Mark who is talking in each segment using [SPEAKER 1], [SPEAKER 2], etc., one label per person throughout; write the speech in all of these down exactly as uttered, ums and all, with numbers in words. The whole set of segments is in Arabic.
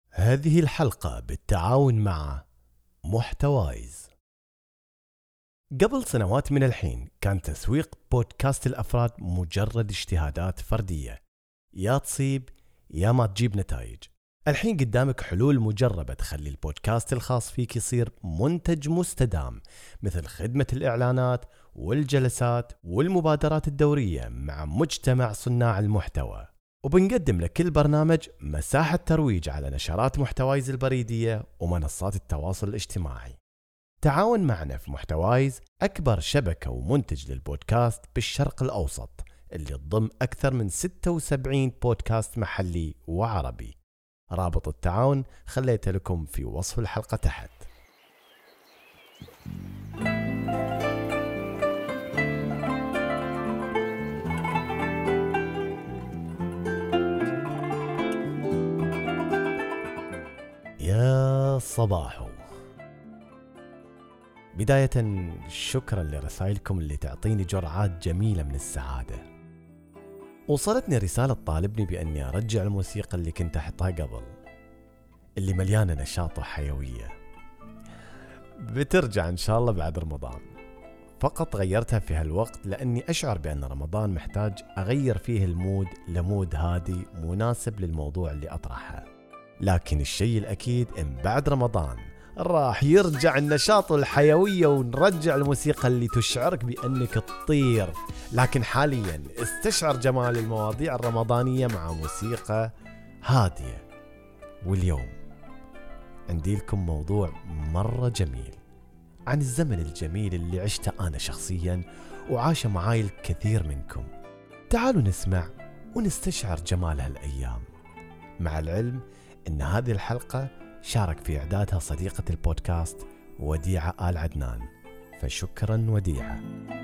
[SPEAKER 1] هذه الحلقة بالتعاون مع محتوايز. قبل سنوات من الحين كان تسويق بودكاست الأفراد مجرد اجتهادات فردية، يا تصيب يا ما تجيب نتائج. الحين قدامك حلول مجربة تخلي البودكاست الخاص فيك يصير منتج مستدام، مثل خدمة الإعلانات والجلسات والمبادرات الدورية مع مجتمع صناع المحتوى. وبنقدم لكل برنامج مساحة ترويج على نشرات محتوايز البريدية ومنصات التواصل الاجتماعي. تعاون معنا في محتوايز، أكبر شبكة ومنتج للبودكاست بالشرق الأوسط، اللي تضم أكثر من ستة وسبعين بودكاست محلي وعربي. رابط التعاون خليته لكم في وصف الحلقة تحت. يا صباحو. بداية شكرا لرسائلكم اللي تعطيني جرعات جميلة من السعادة. وصلتني رسالة طالبني بأني أرجع الموسيقى اللي كنت أحطها قبل، اللي مليانة نشاط وحيوية. بترجع إن شاء الله بعد رمضان، فقط غيرتها في هالوقت لأني أشعر بأن رمضان محتاج أغير فيه المود لمود هادي مناسب للموضوع اللي أطرحه. لكن الشيء الأكيد إن بعد رمضان راح يرجع النشاط والحيوية، ونرجع الموسيقى اللي تشعرك بأنك تطير. لكن حاليا استشعر جمال المواضيع الرمضانية مع موسيقى هادية. واليوم عندي لكم موضوع مرة جميل عن الزمن الجميل اللي عشته أنا شخصيا وعاش معاي الكثير منكم. تعالوا نسمع ونستشعر جمال هالأيام، مع العلم إن هذه الحلقة شارك في إعدادها صديقة البودكاست وديعة آل عدنان، فشكرا وديعة.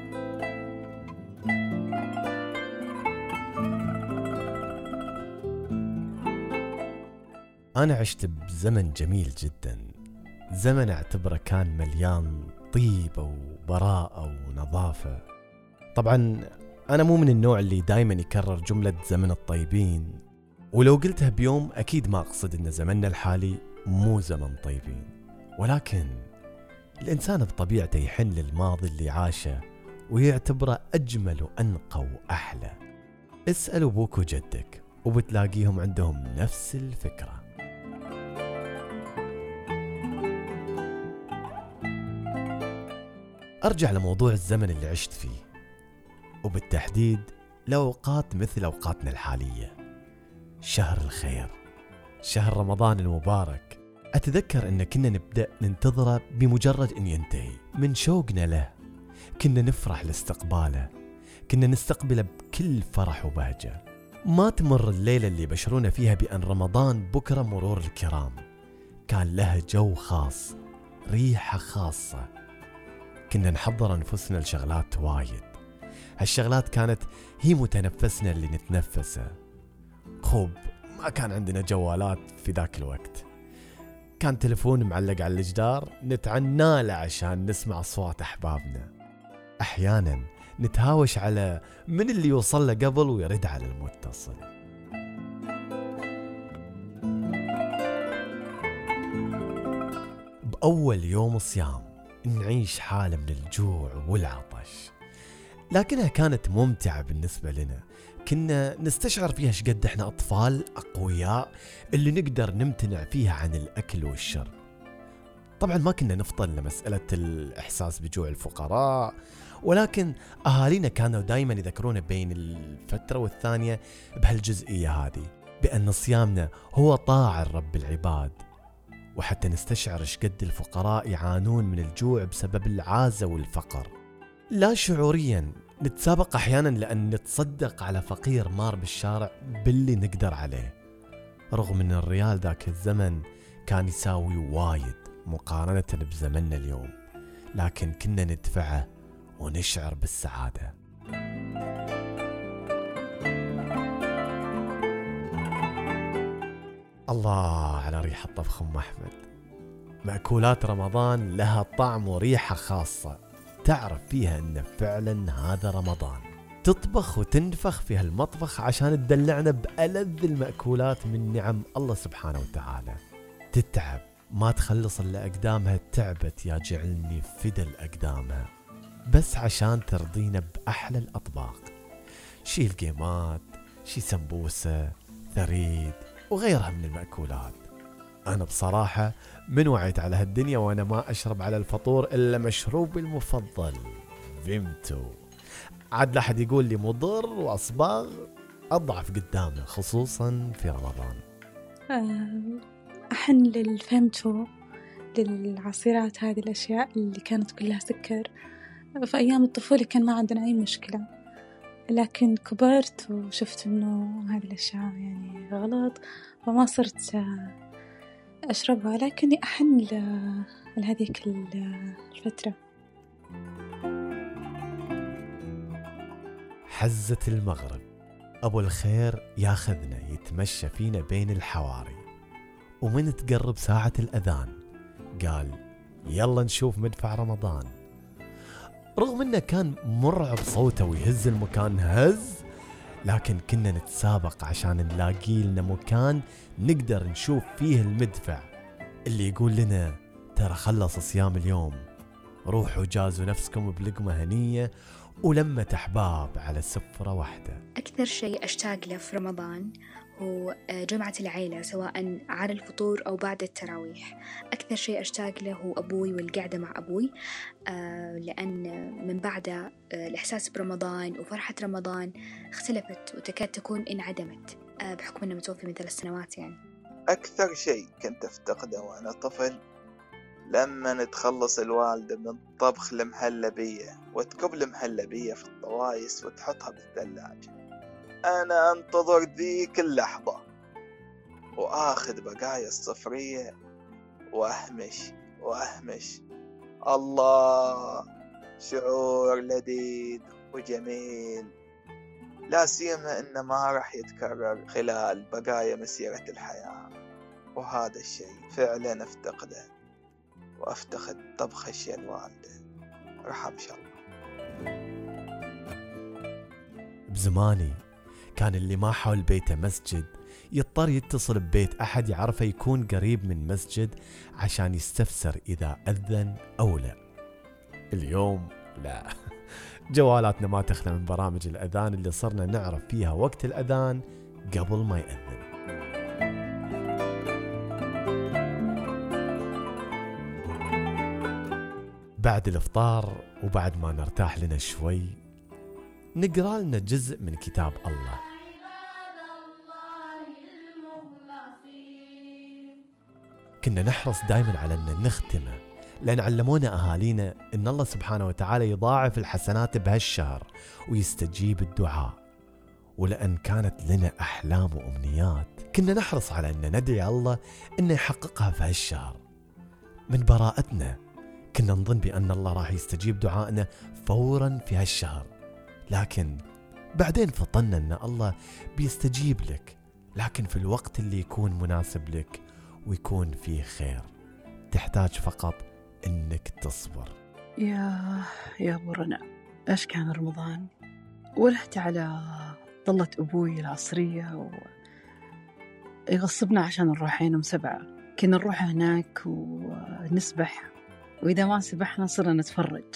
[SPEAKER 1] أنا عشت بزمن جميل جدا، زمن أعتبره كان مليان طيبة وبراءة ونظافة. طبعا أنا مو من النوع اللي دايما يكرر جملة زمن الطيبين، ولو قلتها بيوم أكيد ما أقصد إن زمننا الحالي مو زمن طيبين، ولكن الإنسان بطبيعته يحن للماضي اللي عاشه ويعتبره أجمل وأنقى وأحلى. اسأل أبوك وجدك وبتلاقيهم عندهم نفس الفكرة. أرجع لموضوع الزمن اللي عشت فيه، وبالتحديد لأوقات مثل أوقاتنا الحالية. شهر الخير، شهر رمضان المبارك. أتذكر أن كنا نبدأ ننتظره بمجرد أن ينتهي من شوقنا له. كنا نفرح لاستقباله، كنا نستقبله بكل فرح وبهجة. ما تمر الليلة اللي بشرونا فيها بأن رمضان بكرة مرور الكرام. كان له جو خاص، ريحة خاصة. كنا نحضر أنفسنا لشغلات وايد. هالشغلات كانت هي متنفسنا اللي نتنفسه. خوب ما كان عندنا جوالات في ذاك الوقت، كان تلفون معلق على الجدار نتعنى له عشان نسمع أصوات أحبابنا. أحيانا نتهاوش على من اللي يوصل له قبل ويرد على المتصل. بأول يوم صيام نعيش حالة من الجوع والعطش، لكنها كانت ممتعة بالنسبة لنا. كنا نستشعر فيها شقد احنا أطفال أقوياء اللي نقدر نمتنع فيها عن الأكل والشرب. طبعا ما كنا نفضل لمسألة الإحساس بجوع الفقراء، ولكن أهالينا كانوا دايما يذكرونا بين الفترة والثانية بهالجزئية هذه، بأن صيامنا هو طاعة رب العباد. وحتى نستشعر شقد الفقراء يعانون من الجوع بسبب العازة والفقر. لا شعوريا نتسابق أحيانا لأن نتصدق على فقير مار بالشارع باللي نقدر عليه، رغم أن الريال ذاك الزمن كان يساوي وايد مقارنة بزمننا اليوم، لكن كنا ندفعه ونشعر بالسعادة. الله على ريحة طبخ أم أحمد. مأكولات رمضان لها طعم وريحة خاصة، تعرف فيها أن فعلا هذا رمضان. تطبخ وتنفخ في هالمطبخ عشان تدلعنا بألذ المأكولات من نعم الله سبحانه وتعالى. تتعب ما تخلص إلا أقدامها، تعبت يا جعلني فدى الأقدامها، بس عشان ترضينا بأحلى الأطباق، شي القيمات، شي سمبوسة، ثريد وغيرها من المأكولات. أنا بصراحة من وعيت على هالدنيا وأنا ما أشرب على الفطور إلا مشروبي المفضل فيمتو. عاد لا أحد يقول لي مضر وأصباغ، أضعف قدامه خصوصا في رمضان.
[SPEAKER 2] أحن للفيمتو، للعصيرات، هذه الأشياء اللي كانت كلها سكر. في أيام الطفولة كان ما عندنا أي مشكلة، لكن كبرت وشفت إنه هذه الأشياء يعني غلط وما صرت أشربها، لكني أحن لهذيك الفترة.
[SPEAKER 1] حزة المغرب أبو الخير ياخذنا يتمشى فينا بين الحواري، ومن تقرب ساعة الأذان قال يلا نشوف مدفع رمضان. رغم أنه كان مرعب صوته ويهز المكان هز، لكن كنا نتسابق عشان نلاقي لنا مكان نقدر نشوف فيه المدفع اللي يقول لنا ترى خلص صيام اليوم، روحوا جازوا نفسكم بلقمة هنية ولمة أحباب على سفرة واحدة.
[SPEAKER 3] أكثر شيء أشتاق له في رمضان هو جمعة العيلة، سواء على الفطور أو بعد التراويح. أكثر شيء أشتاق له هو أبوي والقعدة مع أبوي، لأن من بعد الإحساس برمضان وفرحة رمضان اختلفت وتكاد تكون انعدمت بحكم أنه متوفي من ثلاث سنوات. يعني
[SPEAKER 4] أكثر شيء كنت أفتقده وأنا طفل لما نتخلص الوالدة من طبخ المهلبية وتكب المهلبية في الطوايس وتحطها بالثلاجة. أنا أنتظر ذيك اللحظة وآخذ بقايا الصفرية وأهمش وأهمش. الله، شعور لذيذ وجميل، لا سيما إنه ما راح يتكرر خلال بقايا مسيرة الحياة، وهذا الشيء فعلا أفتقده، وأفتقد طبخ الشيء الوالدة رحم شاء الله.
[SPEAKER 1] بزماني كان اللي ما حول بيته مسجد يضطر يتصل ببيت أحد يعرفه يكون قريب من مسجد عشان يستفسر إذا أذن أو لا. اليوم لا، جوالاتنا ما تخلى من برامج الأذان اللي صرنا نعرف فيها وقت الأذان قبل ما يأذن. بعد الإفطار وبعد ما نرتاح لنا شوي نقرأ لنا جزء من كتاب الله. كنا نحرص دائما على أن نختمه، لأن علمونا أهالينا أن الله سبحانه وتعالى يضاعف الحسنات بهالشهر ويستجيب الدعاء، ولأن كانت لنا أحلام وأمنيات كنا نحرص على أن ندعي الله أن يحققها في هالشهر. من براءتنا كنا نظن بأن الله راح يستجيب دعائنا فورا في هالشهر، لكن بعدين فطنا أن الله بيستجيب لك، لكن في الوقت اللي يكون مناسب لك ويكون فيه خير. تحتاج فقط أنك تصبر.
[SPEAKER 5] يا يا أبو رنا، إيش كان رمضان؟ ولحت على ضلة أبوي العصرية ويغصبنا عشان نروح يوم سبعة. كنا نروح هناك ونسبح، وإذا ما سبحنا صرنا نتفرج.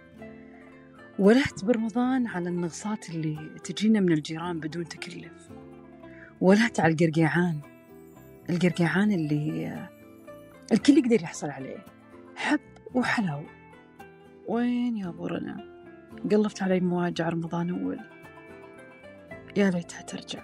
[SPEAKER 5] ولحت برمضان على النغصات اللي تجينا من الجيران بدون تكلف. ولحت على القرقيعان، القرقيعان اللي الكل يقدر يحصل عليه، حب وحلاو. وين يا أبو رنا؟ قلبت علي مواجع رمضان أول، يا ليتها ترجع.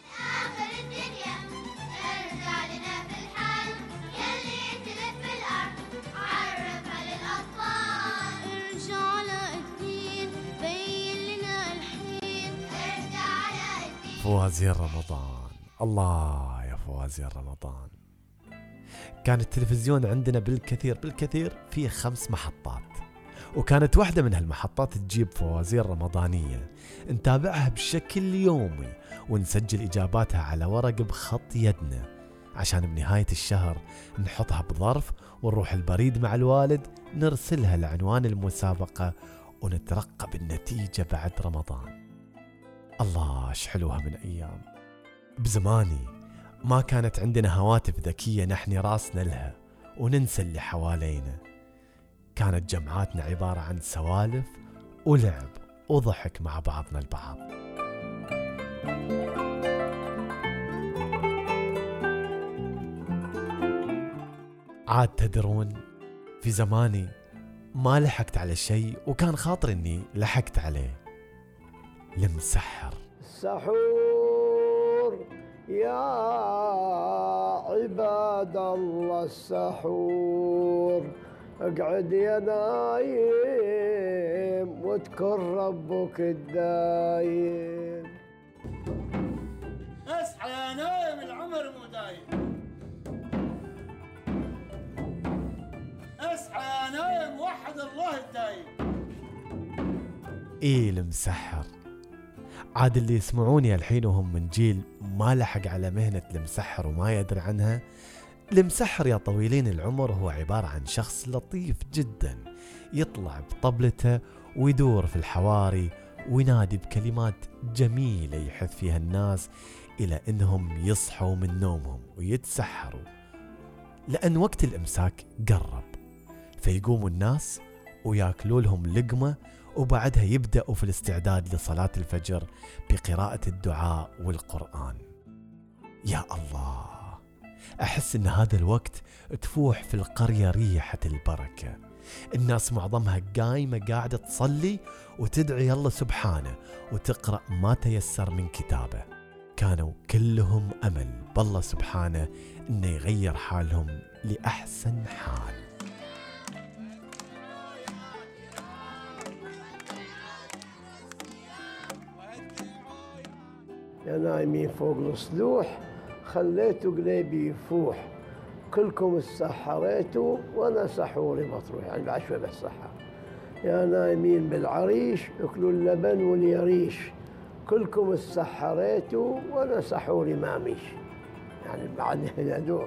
[SPEAKER 1] فوازير رمضان، الله يا فوازير رمضان. كان التلفزيون عندنا بالكثير بالكثير فيه خمس محطات، وكانت واحدة من هالمحطات تجيب فوازير رمضانية نتابعها بشكل يومي ونسجل إجاباتها على ورق بخط يدنا، عشان بنهاية الشهر نحطها بظرف ونروح البريد مع الوالد نرسلها لعنوان المسابقة ونترقب النتيجة بعد رمضان. الله ايش حلوها من أيام. بزماني ما كانت عندنا هواتف ذكية نحني راسنا لها وننسى اللي حوالينا. كانت جمعاتنا عبارة عن سوالف ولعب وضحك مع بعضنا البعض. عاد تدرون، في زماني ما لحقت على شيء وكان خاطر اني لحقت عليه. المسحر.
[SPEAKER 6] السحور يا عباد الله السحور، اقعد يا نايم واذكر ربك الدايم.
[SPEAKER 7] اصحى يا نايم العمر مو دايم، اصحى يا نايم وحد الله الدايم.
[SPEAKER 1] ايه المسحر. عاد اللي يسمعوني الحين وهم من جيل ما لحق على مهنة المسحر وما يدري عنها، المسحر يا طويلين العمر هو عبارة عن شخص لطيف جدا يطلع بطبلته ويدور في الحواري وينادي بكلمات جميلة يحث فيها الناس إلى أنهم يصحوا من نومهم ويتسحروا، لأن وقت الإمساك قرب، فيقوموا الناس وياكلوا لهم لقمة وبعدها يبدأوا في الاستعداد لصلاة الفجر بقراءة الدعاء والقرآن. يا الله، أحس أن هذا الوقت تفوح في القرية ريحة البركة. الناس معظمها قايمة قاعدة تصلي وتدعي الله سبحانه وتقرأ ما تيسر من كتابه. كانوا كلهم أمل بالله سبحانه أنه يغير حالهم لأحسن حال.
[SPEAKER 6] يا نايمين فوق السلوح خليتوا قليبي يفوح، كلكم تسحريتوا وانا سحوري مطروح، يعني بعد شوي بتسحر. يا نايمين بالعريش اكلوا اللبن واليريش، كلكم تسحريتوا وانا سحوري ماميش، يعني بعد هدول.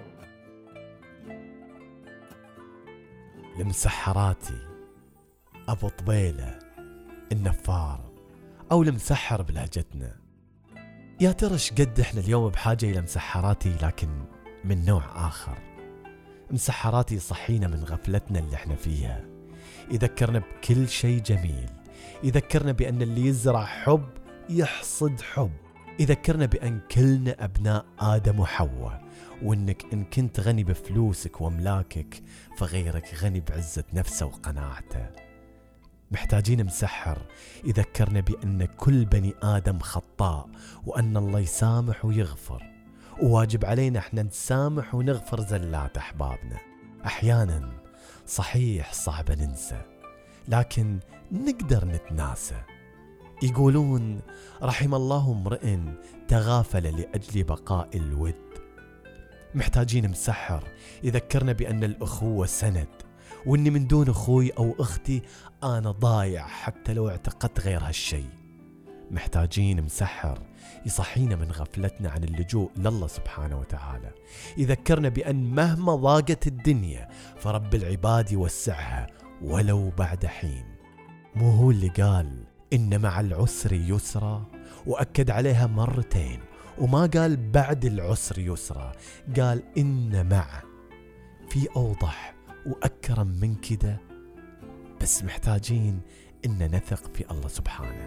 [SPEAKER 1] المسحراتي، ابو طبيله، النفار او المسحر بلهجتنا. يا ترى ايش قد احنا اليوم بحاجة الى مسحراتي لكن من نوع اخر. مسحراتي يصحينا من غفلتنا اللي احنا فيها، يذكرنا بكل شيء جميل، يذكرنا بان اللي يزرع حب يحصد حب، يذكرنا بان كلنا ابناء ادم وحواء، وانك ان كنت غني بفلوسك واملاكك فغيرك غني بعزة نفسه وقناعته. محتاجين مسحر يذكرنا بأن كل بني آدم خطاء وأن الله يسامح ويغفر، وواجب علينا احنا نسامح ونغفر زلات أحبابنا. أحيانا صحيح صعب ننسى لكن نقدر نتناسى. يقولون رحم الله امرئ تغافل لأجل بقاء الود. محتاجين مسحر يذكرنا بأن الأخوة سند، واني من دون اخوي او اختي انا ضايع حتى لو اعتقدت غير هالشيء. محتاجين مسحر يصحينا من غفلتنا عن اللجوء لله سبحانه وتعالى، يذكرنا بان مهما ضاقت الدنيا فرب العباد يوسعها ولو بعد حين. مو هو اللي قال ان مع العسر يسرا واكد عليها مرتين، وما قال بعد العسر يسرا، قال ان مع. في اوضح وأكرم من كده، بس محتاجين إن نثق في الله سبحانه.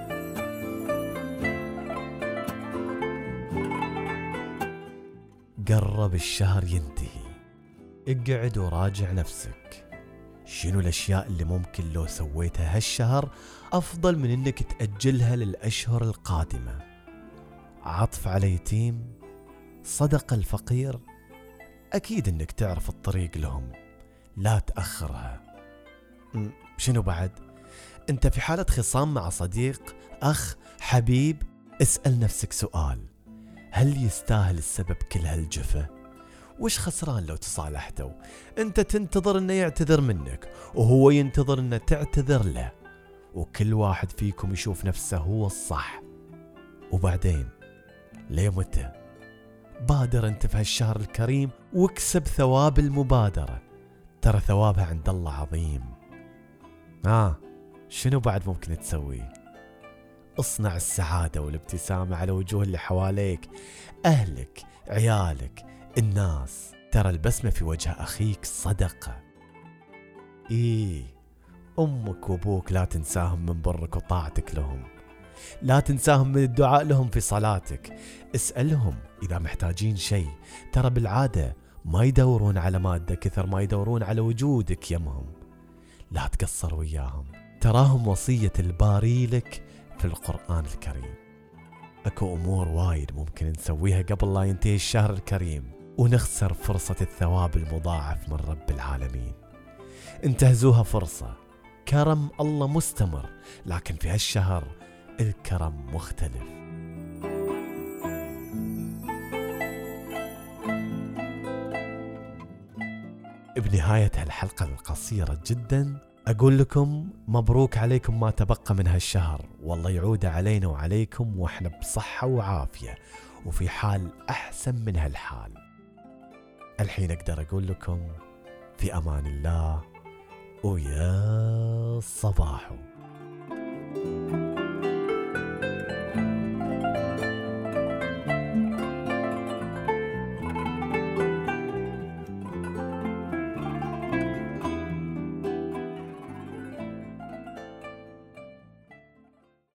[SPEAKER 1] قرب الشهر ينتهي، اقعد وراجع نفسك. شنو الأشياء اللي ممكن لو سويتها هالشهر أفضل من إنك تأجلها للأشهر القادمة؟ عطف على يتيم، صدقة الفقير، أكيد إنك تعرف الطريق لهم، لا تأخرها. شنو بعد؟ انت في حالة خصام مع صديق، اخ، حبيب، اسأل نفسك سؤال: هل يستاهل السبب كل هالجفة؟ وش خسران لو تصالحتوا؟ انت تنتظر انه يعتذر منك وهو ينتظر انه تعتذر له، وكل واحد فيكم يشوف نفسه هو الصح. وبعدين ليه متى؟ بادر انت في هالشهر الكريم واكسب ثواب المبادرة، ترى ثوابها عند الله عظيم. آه شنو بعد ممكن تسوي؟ اصنع السعادة والابتسامة على وجوه اللي حواليك، أهلك، عيالك، الناس. ترى البسمة في وجه أخيك صدقة. إيه، أمك وأبوك لا تنساهم من برك وطاعتك لهم، لا تنساهم من الدعاء لهم في صلاتك. اسألهم إذا محتاجين شيء، ترى بالعادة ما يدورون على مادة كثر ما يدورون على وجودك يمهم. لا تقصر وياهم، تراهم وصية الباري لك في القرآن الكريم. أكو أمور وايد ممكن نسويها قبل لا ينتهي الشهر الكريم ونخسر فرصة الثواب المضاعف من رب العالمين. انتهزوها فرصة، كرم الله مستمر، لكن في هالشهر الكرم مختلف. بنهاية هالحلقة القصيرة جدا أقول لكم مبروك عليكم ما تبقى من هالشهر، والله يعود علينا وعليكم وإحنا بصحة وعافية وفي حال أحسن من هالحال. الحين أقدر أقول لكم في أمان الله ويا صباحو.